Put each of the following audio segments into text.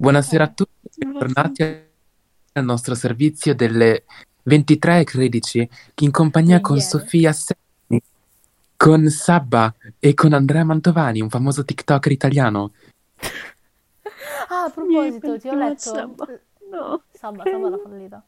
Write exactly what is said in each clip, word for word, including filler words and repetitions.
Buonasera a Ok. tutti e Non l'ho bentornati sentito. al nostro servizio delle ventitré e tredici in compagnia Le con Iene. Sofia Serni, con Sabba e con Andrea Mantovani, un famoso TikToker italiano. Ah, a Mi hai proposito, ti ho appena letto... WhatsApp. No, Sabba, Sabba l'ha ok. fallita.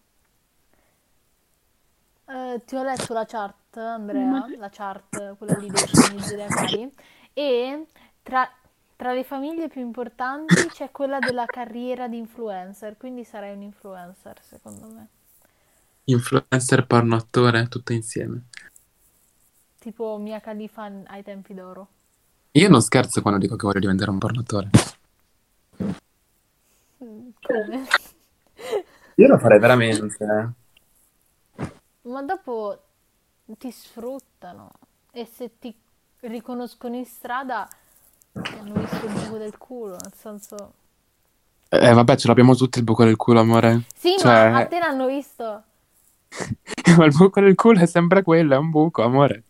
Eh, ti ho letto la chart, Mi Andrea, mandi- la chart, quella lì dei segni zodiacali, e tra, tra le famiglie più importanti c'è quella della carriera di influencer, quindi sarai un influencer, secondo me. Influencer, porno attore, tutto insieme. Tipo Mia Khalifa ai tempi d'oro. Io non scherzo quando dico che voglio diventare un porno attore. Mm, Come? Io lo farei veramente. Ma dopo ti sfruttano e se ti riconoscono in strada ti hanno visto il buco del culo, nel senso... Eh, eh, vabbè, ce l'abbiamo tutti il buco del culo, amore. Sì, ma a Cioè, te l'hanno visto. ma il buco del culo è sempre quello, è un buco, amore.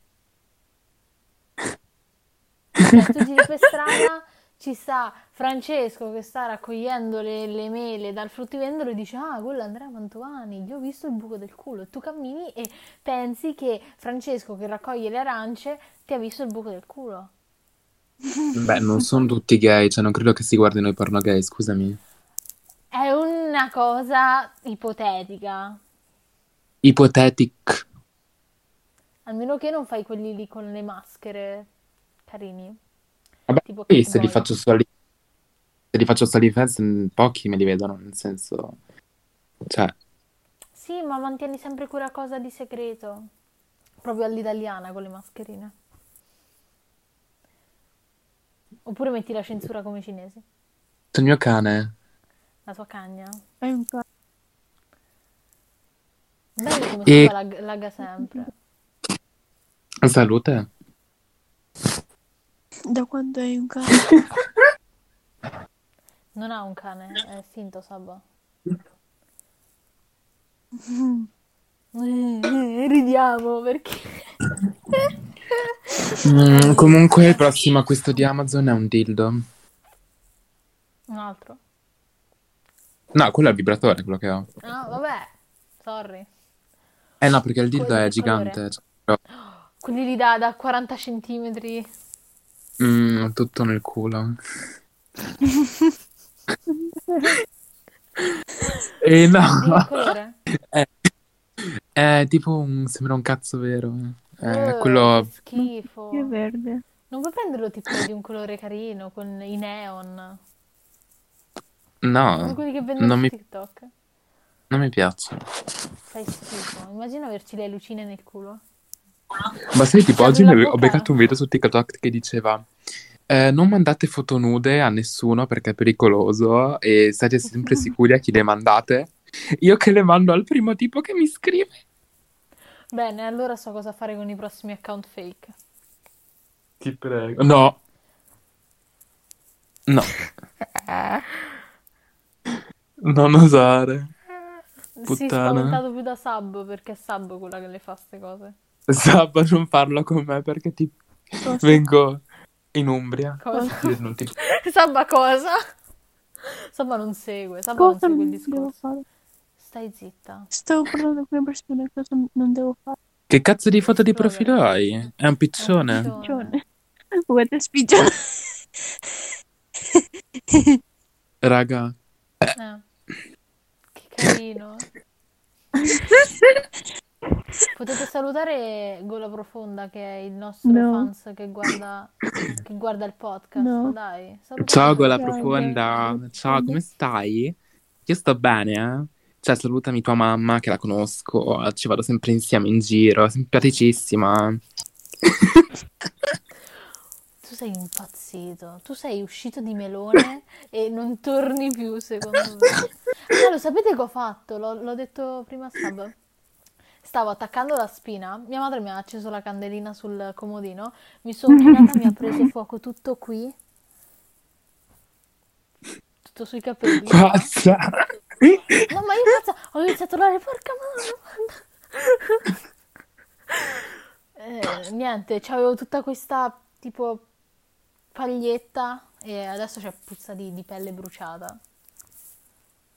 Cioè, tu giri per strada, ci sta Francesco che sta raccogliendo le, le mele dal fruttivendolo e dice, ah, quello è Andrea Mantovani, gli ho visto il buco del culo. E tu cammini e pensi che Francesco che raccoglie le arance ti ha visto il buco del culo. Beh, non sono tutti gay, cioè non credo che si guardino i porno gay, scusami. È una cosa ipotetica. Ipotetic. Almeno che non fai quelli lì con le maschere carini, Vabbè, tipo poi se li Catboy. faccio solo, se li faccio solo i fans, mm, pochi me li vedono, nel senso, cioè, Sì, ma mantieni sempre quella cosa di segreto. Proprio all'italiana con le mascherine. Oppure metti la censura come i cinesi. il mio cane. La tua cagna. Hai un ca- Bello come Saba E lag- lagga sempre. salute. Da quando hai un cane? Non ha un cane, è finto Saba. Ridiamo perché... Mm, comunque, il prossimo acquisto di Amazon è un dildo. Un altro? No, quello è il vibratore, quello che ho. Ah, vabbè. Sorry. Eh no, perché il dildo Co- di è che colore? gigante. Cioè, però, Quelli lì da, da quaranta centimetri. mm, tutto nel culo. E no, Di che colore? è, è tipo un, sembra un cazzo vero. Eh, Uh, che quello, No, che è schifo. verde. Non puoi prenderlo tipo di un colore carino con i neon, come no, quelli che vendono non su mi, TikTok. non mi piace. Fai schifo. Immagina averci le lucine nel culo. Ma sai, Ti tipo, oggi apri mi la ave- ho bocca. beccato un video su TikTok che diceva eh, non mandate foto nude a nessuno perché è pericoloso e state sempre sicuri a chi le mandate. Io che le mando al primo tipo che mi scrive. Bene, allora so cosa fare con i prossimi account fake. Ti prego. No, no, non osare, Sì, puttana. spaventato più da Sub perché è Sub quella che le fa ste cose. Sabba, non farlo con me perché ti Cosa? vengo in Umbria. Cosa? Cosa? Io non ti... Sabba cosa? Sabba non segue, Sabba non Cosa segue il non devo discorso. fare? Stai zitta. Stavo parlando con una persona, cosa non devo fare? Che cazzo di foto di Esplodere. profilo hai? È un È un piccione. piccione. Spiccione. Guarda, spiccione. Raga. Eh, che carino. Potete salutare Gola Profonda che è il nostro No, fans che guarda, che guarda il podcast. no. Dai, Ciao, salutatelo. gola Ciao, guarda. profonda. Ciao, come stai? Io sto bene, eh? Cioè, salutami tua mamma, che la conosco. Ci vado sempre insieme in giro, simpaticissima. Tu sei impazzito. Tu sei uscito di melone e non torni più, secondo me. Ah, lo sapete che ho fatto? L'ho, l'ho detto prima a Sab. Stavo attaccando la spina, mia madre mi ha acceso la candelina sul comodino, mi sono chinata, mi ha preso fuoco tutto qui, tutto sui capelli qua. Pazza. No, ma io pazza, ho iniziato a urlare, porca mano. Eh, niente, c'avevo tutta questa tipo paglietta e adesso c'è puzza di, di pelle bruciata.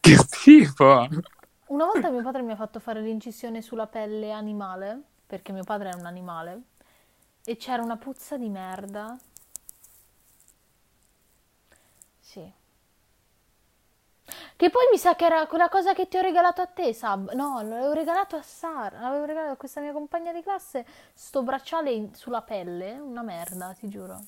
Che schifo! Una volta mio padre mi ha fatto fare l'incisione sulla pelle animale, perché mio padre è un animale, e c'era una puzza di merda. Sì. Che poi mi sa che era quella cosa che ti ho regalato a te, Sab. No, l'avevo regalato a Sara. L'avevo regalato a questa mia compagna di classe. Sto bracciale in- sulla pelle. Una merda, ti giuro.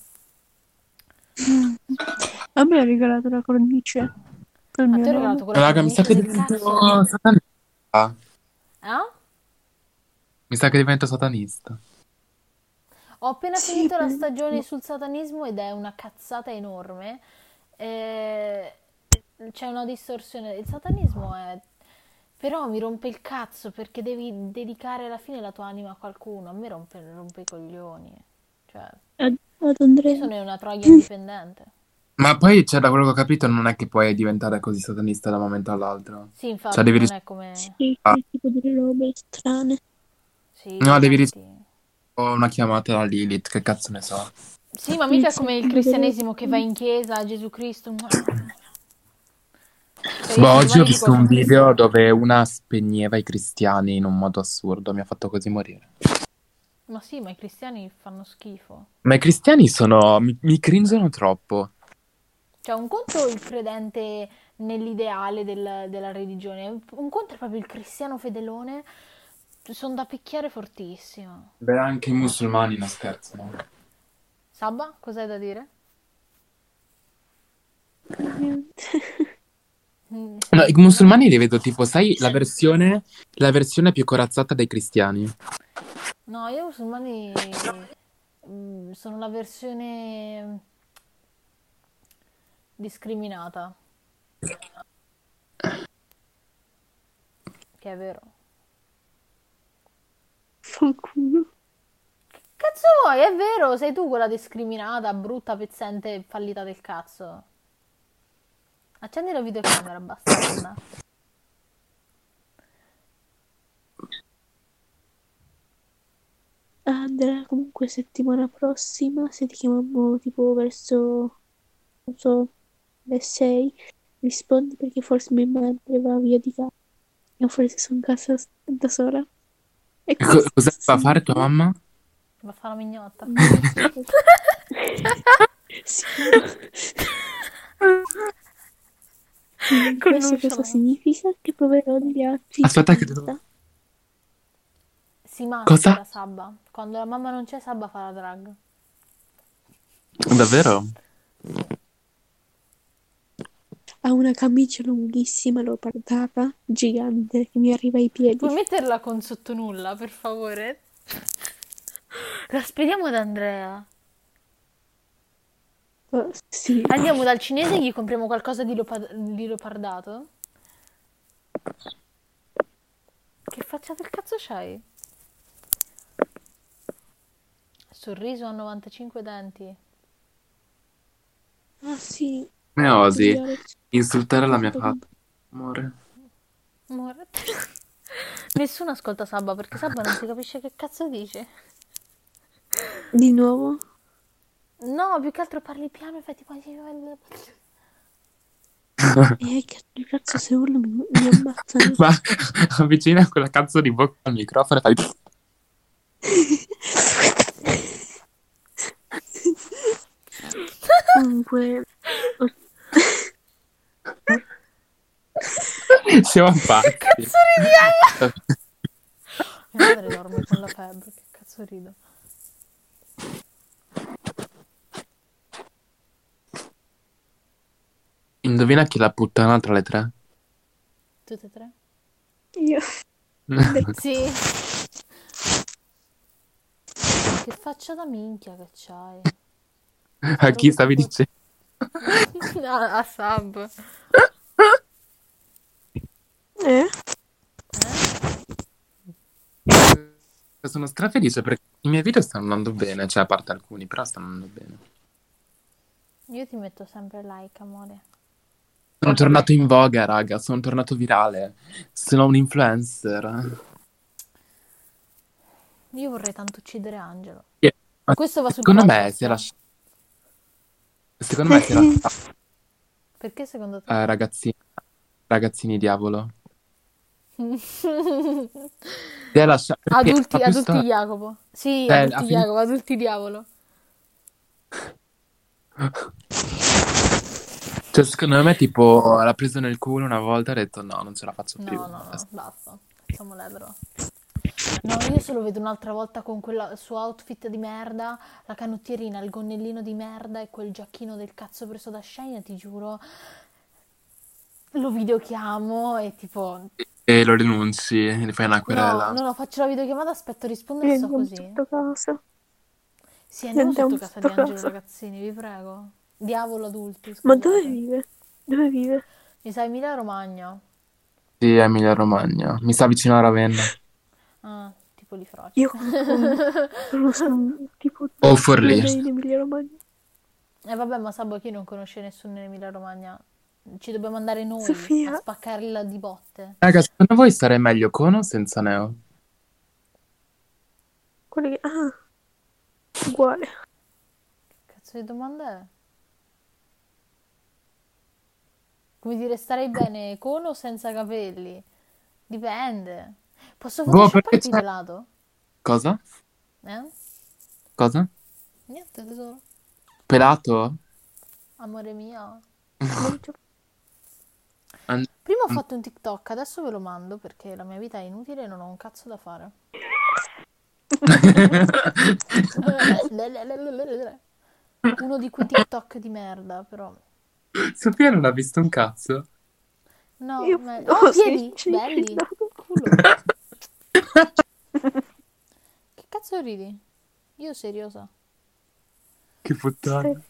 A me ha regalato la cornice col A mio te ho nome. regalato quella Raga, mi sa cornice che del divento cazzo. satanista. Eh? Mi sa che divento satanista. Ho appena Sì, finito la stagione benissimo. sul satanismo ed è una cazzata enorme. Eh, C'è una distorsione. Il satanismo è... Però mi rompe il cazzo perché devi dedicare alla fine la tua anima a qualcuno. A me rompe, rompe i coglioni. Cioè, Ad, ad io Andrea. sono una troia indipendente. Ma poi, cioè, da quello che ho capito, non è che puoi diventare così satanista da un momento all'altro. Sì, Cioè, infatti, devi non è Sì, come... quel tipo delle robe strane. Sì, No, devi ricevere infatti... una chiamata da Lilith, che cazzo ne so. Sì, ma Il mica è come il seguito delle cristianesimo che va in chiesa, Gesù Cristo. Cioè, io Boh, un oggi ho domani dico visto un sono video cristiano. dove una spegneva i cristiani in un modo assurdo, mi ha fatto così morire. Ma sì, ma i cristiani fanno schifo. Ma i cristiani sono... mi, mi cringono troppo. Cioè, un conto il credente nell'ideale del- della religione, un conto è proprio il cristiano fedelone. Sono da picchiare fortissimo. Beh, anche i musulmani non scherzano. Sabba, cos'hai da dire? Niente. Mm, No, sì, i no? musulmani li vedo tipo, sai, la versione, la versione più corazzata dei cristiani. No, io musulmani mm, sono la versione discriminata, che è vero. Fanculo. Cazzo vuoi? È vero, sei tu quella discriminata, brutta, pezzente, fallita del cazzo. Accendi la videocamera, bastarda. Ah, Andrea, comunque settimana prossima, se ti chiamiamo tipo verso, non so, le sei, rispondi perché forse mia madre va via di casa. Io forse sono a casa s- da sola. E E co- questo cosa cosa va a fare tua significa? mamma? Va a fare la mignotta. Non so. Sicuro. E Con questo cosa nonchalance. significa? Che proverò degli atti di Aspetta che devo... vita. Si Cosa? maschera Sabba. Quando la mamma non c'è, Sabba fa la drag. Davvero? Sì. Ha una camicia lunghissima, leopardata, gigante, che mi arriva ai piedi. Puoi metterla con sottonulla, per favore? La spediamo ad Andrea. Oh, sì. Andiamo dal cinese e gli compriamo qualcosa di, leopa- di leopardato? Che faccia del cazzo c'hai? Sorriso a novantacinque denti. Ah, sì. Come osi Gli orecchi. insultare la Ho mia fatto patria, con- amore. Amore. Nessuno ascolta Sabba perché Sabba non si capisce che cazzo dice. Di nuovo? No, più che altro parli piano e fai tipo... E che che cazzo se urlo mi, mi ammazzano. Ma avvicina quella cazzo di bocca al microfono e fai... Comunque, ho- Siamo pazzi. Cazzo ridi, aia! Mia madre dorme con la febbre, che cazzo rido. Indovina chi è la puttana tra le tre? Tutte e tre? io. Sì. Che faccia da minchia che c'hai. A chi stavi dicendo? a, a Sab. Eh? Sono strafelice perché i miei video stanno andando bene, cioè a parte alcuni, però stanno andando bene. Io ti metto sempre like, amore. Sono tornato in voga, raga, sono tornato virale. Sono un influencer. Io vorrei tanto uccidere Angelo. Yeah. Ma Questo va sul secondo me podcast, si è eh? lasciato. Secondo me si è lasciato, Perché secondo te? eh, ragazzina. Ragazzini diavolo. Te lascia... perché Adulti, proprio adulti sta... Jacopo. Sì, eh, adulti ha finito... Jacopo, adulti diavolo. Cioè, secondo me, tipo, l'ha preso nel culo una volta e ha detto no, non ce la faccio più. No, no, no, basta. Facciamo l'edero. No, io se lo vedo un'altra volta con quel suo outfit di merda, la canottierina, il gonnellino di merda e quel giacchino del cazzo preso da Shein, ti giuro, lo videochiamo e tipo... E lo rinunci, gli fai una No, querela. no, no, faccio la videochiamata, aspetto rispondere E e sto andiamo così. sotto casa. Sì, E andiamo sotto andiamo casa di sotto Angelo, casa. ragazzini, vi prego. Diavolo adulti, Ma dove scusate. vive? Dove vive? Mi sa Emilia Romagna? Sì, Emilia Romagna. Mi sta vicino a Ravenna. Ah, tipo di Io Frocci. conosco un, conosco un tipo O Forlì. lei in Emilia Romagna. E vabbè, ma Sabo chi non conosce nessuno in Emilia Romagna? Ci dobbiamo andare noi a Sofia. spaccarla di botte. Raga, secondo voi stare meglio con o senza Neo? Quelle che... Ah, uguale. Che cazzo di domanda è? Come dire, starei bene con o senza capelli? Dipende. Posso Boh, perché photoshopparti c'è... pelato? Cosa? Eh? Cosa? Niente, tesoro. Pelato? Amore mio. Molto. An- Prima ho fatto un TikTok, adesso ve lo mando perché la mia vita è inutile e non ho un cazzo da fare. Uno di quei TikTok di merda, però. Sofia non ha visto un cazzo. No, Io me- ho oh, piedi, belli, selezionato. culo. Che cazzo ridi? Io seriosa. Che puttana.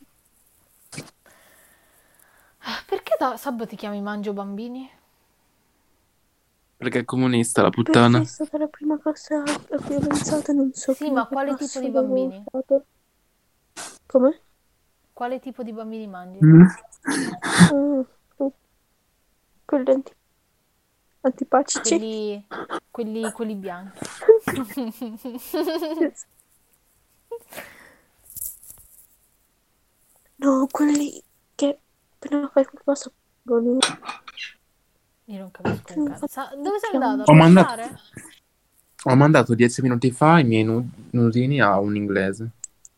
Perché da Sab ti chiami Mangio Bambini? Perché è comunista la Perché è puttana. stata la prima cosa a cui ho pensato, non so Sì, ma prima che quale tipo passo di avevo bambini? usato. Come? Quale tipo di bambini mangi? Mm. Ah, oh, quelli anti- antipatici. Quelli, quelli, quelli bianchi. Yes. No, quelli che appena fai qualcosa vogliono- Io non capisco un non cazzo. Sa- Dove sei facciamo. andato? Ho A mandato... pescare? Ho mandato dieci minuti fa i miei nu- nudini a un inglese.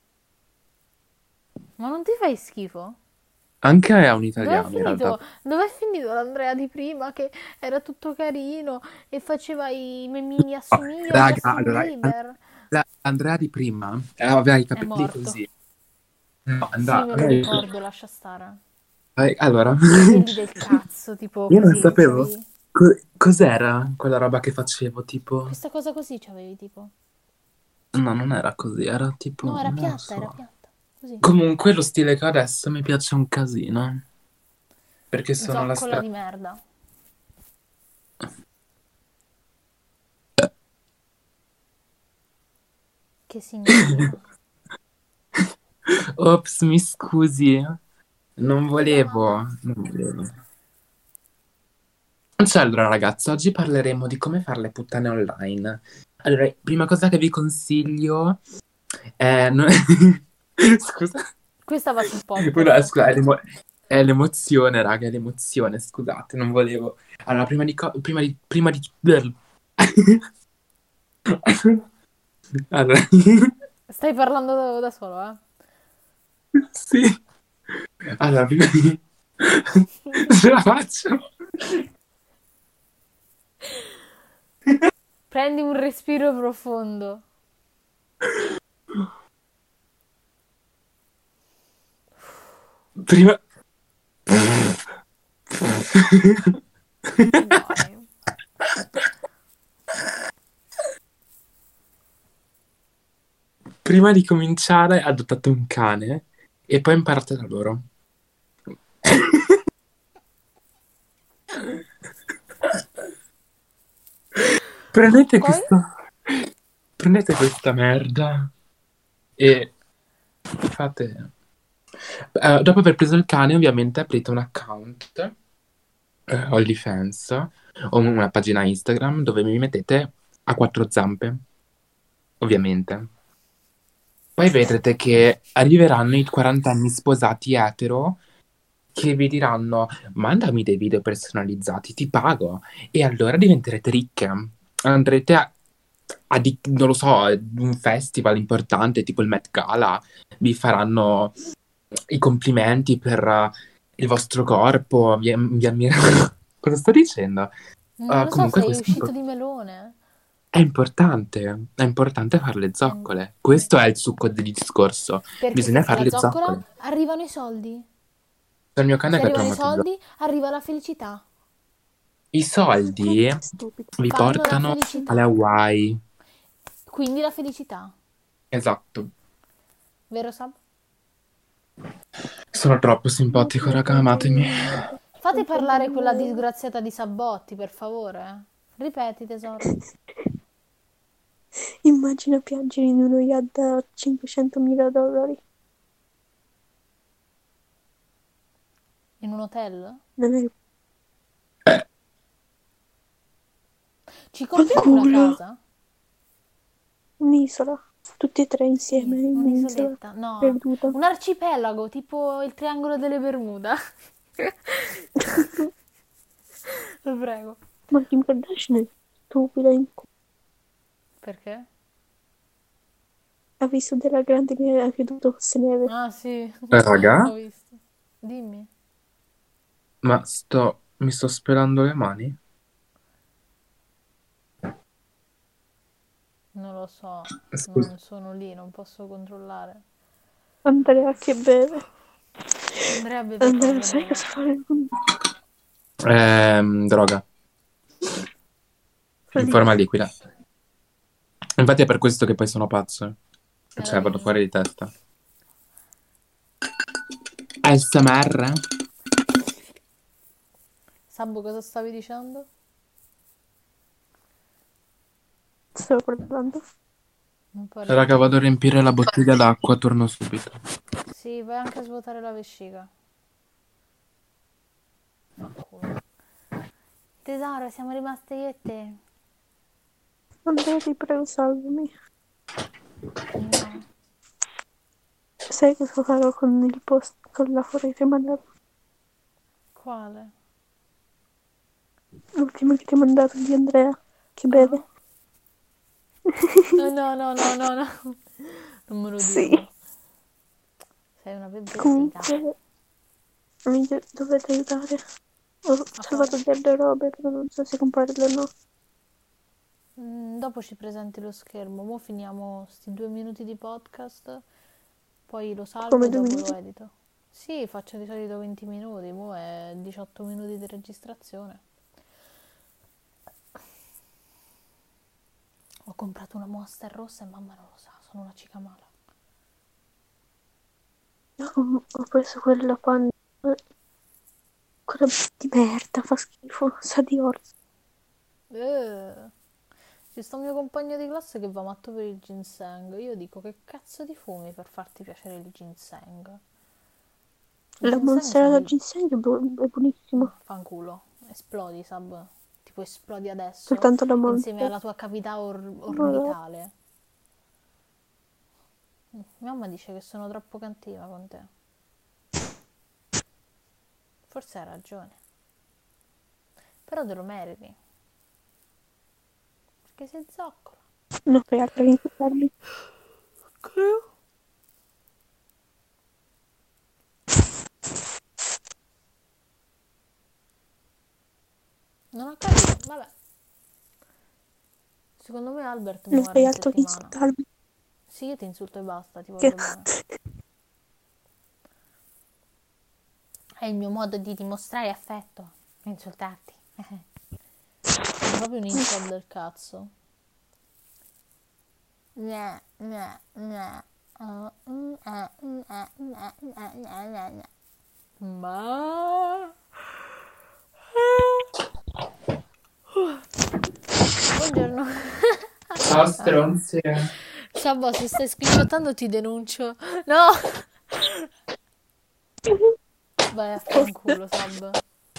Ma non ti fai schifo? Anche a un Dov'è italiano, in realtà. finito? Dov'è finito l'Andrea di prima che era tutto carino e faceva i memini a Oh, somiglia a raga, Justin allora, Bieber? la- Andrea di prima eh, aveva i È capelli morto. così. No, Sì, Andrea, me lo ricordo, lascia stare. eh, allora, Capelli del cazzo, tipo io non così, sapevo c'avevi... co- cos'era quella roba che facevo, tipo... Questa cosa così c'avevi, tipo... No, non era così, era No, tipo, era non lo piatta, era so. piatta. Così. Comunque lo stile che ho adesso mi piace un casino, perché sono la Zoccola strada... di merda. Che significa? Ops, mi scusi, non Scusa, volevo, mamma. non volevo. Cioè, allora ragazzi, oggi parleremo di come fare le puttane online. Allora, prima cosa che vi consiglio è... no- Scusa. Questa va sul Una- podcast. scusa, è, l'emo- è l'emozione, raga, è l'emozione, scusate, non volevo... Allora, prima di... co- prima di... prima di... Allora, Stai parlando da, da solo, eh? sì. Allora, prima di... Ce la faccio? Prendi un respiro profondo. Prima... Dai. Prima di cominciare adottate un cane e poi imparate da loro. Prendete Poi? questa... Prendete questa merda e fate... Eh, dopo aver preso il cane, ovviamente aprite un account eh, OnlyFans o una pagina Instagram dove vi mettete a quattro zampe, ovviamente. Poi vedrete che arriveranno i quaranta anni sposati etero che vi diranno mandami dei video personalizzati, ti pago e allora diventerete ricche. Andrete a, a di- non lo so, un festival importante tipo il Met Gala, vi faranno i complimenti per uh, il vostro corpo, vi, vi ammireranno. Cosa sto dicendo? Non Uh, lo so, comunque sei questo è uscito impo- di melone. è importante, è importante fare le È- zoccole. Questo è il succo del discorso. Perché se Bisogna fai fare la le zoccola, zoccole. arrivano i soldi. C'è il mio cane Se che è arrivano i traumatizzato. soldi, arriva la felicità. I soldi È stupido. vi Fanno la portano alle felicità. Hawaii. Quindi la felicità. Esatto. Vero, Sab? Sono troppo simpatico, raga, amatemi. Fate parlare quella disgraziata di Sabotti, per favore. Ripeti, tesoro. Immagina piangere in uno yacht da cinquecentomila dollari. In un hotel? Non è Ci compriamo una Fanculo. casa? Un'isola. Tutti e tre Sì, insieme in un'isola un'isoletta. No, perduta. un arcipelago, tipo il triangolo delle Bermuda. Lo prego. Ma Kim Kardashian è stupida. in- Perché? Ha visto della grande che ha creduto fosse neve. Ah, sì. Eh, raga, Ho visto. Dimmi. ma sto... mi sto spelando le mani? Non lo so. Scusa. Non sono lì, non posso controllare. Andrea che beve. Andrea beve Andrea, cosa sai beve? cosa fare con Ehm, droga. In forma liquida. Infatti è per questo che poi sono pazzo. Cioè, vado fuori di testa. A S M R? Sabbo, cosa stavi dicendo? Stavo parlando. Non pare. Raga, vado a riempire la bottiglia d'acqua, torno subito. Sì, vai anche a svuotare la vescica. Fanculo. Tesoro, siamo rimaste io e te. Andrea, ti prego, salvami. No. Sai cosa farò con il post con la foto che ti ho mandato? Quale? L'ultima che ti ho mandato di Andrea che beve. No, no, no, no, no, no. Non me lo Sì. dire. Sei una bebesita. Comunque mi do- dovete aiutare. Ho salvato delle robe, però non so se comprarle o no. Mm, dopo ci presenti lo schermo. Mo' finiamo sti due minuti di podcast. Poi lo salvo Come e due dopo minuti? lo edito. Sì, faccio di solito venti minuti. Mo' è diciotto minuti di registrazione. Ho comprato una Monster rossa e mamma non lo sa. Sono una cicamala. Io ho ho preso quella qua. Quella di merda, fa schifo. Sa di orzo. Eh, Ci sta un mio compagno di classe che va matto per il ginseng. Io dico, che cazzo di fumi per farti piacere il ginseng? Il La ginseng monstera sa da di... ginseng è, bu- è buonissima. Fanculo, esplodi, Sab. Tipo esplodi adesso Soltanto la insieme monstera. alla tua cavità or- Vabbè. orbitale. Mia mamma dice che sono troppo cattiva con te. Forse hai ragione. Però te lo meriti. Perché sei zoccola. Non fai altro che insultarmi. Non ho capito, vabbè. Secondo me Albert Non muore fai in altro che settimana. insultarmi. Sì, io ti insulto e basta, ti Che... voglio bene. È il mio modo di dimostrare affetto. Insultarti. Sono proprio un incel del cazzo. Gne, gne, gne. Uh, mm, eh, mm, eh, mm, eh, mm, eh, gne, gne, gne. Ma... Buongiorno. Ciao, stronze. Sabba, se stai screenshotando ti denuncio. No! Vai a fanculo, Sab.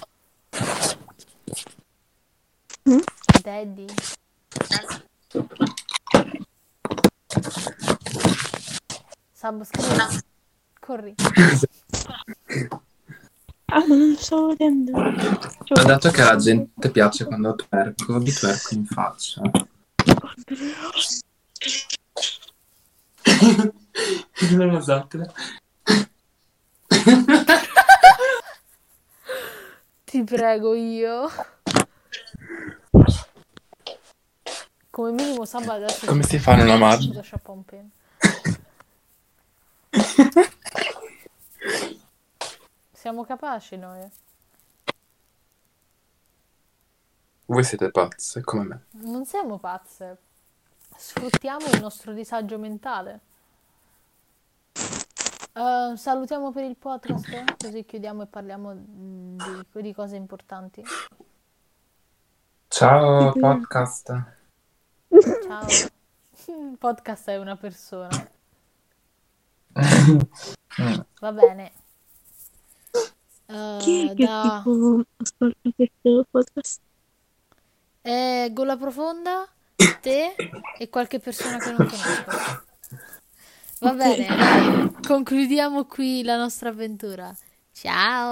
Mm? Daddy. Sab, scrivi. Corri. Ah, ma non sto vedendo. Ho dato che alla gente piace quando twerco, vi twerco in faccia. Non lo so. Ti prego io. Come minimo sabato adesso Come si fa a non amarmi? Photoshop un pen. Siamo capaci noi. Voi siete pazze come me. Non siamo pazze. Sfruttiamo il nostro disagio mentale. Uh, salutiamo per il podcast, così chiudiamo e parliamo di, di cose importanti. Ciao podcast. Ciao. Il podcast è una persona. Va bene. Uh, Chi è che da... tipo ascolta questo podcast? Eh, Gola Profonda, te e qualche persona che non conosco. Va Ok. bene, dai, concludiamo qui la nostra avventura. Ciao!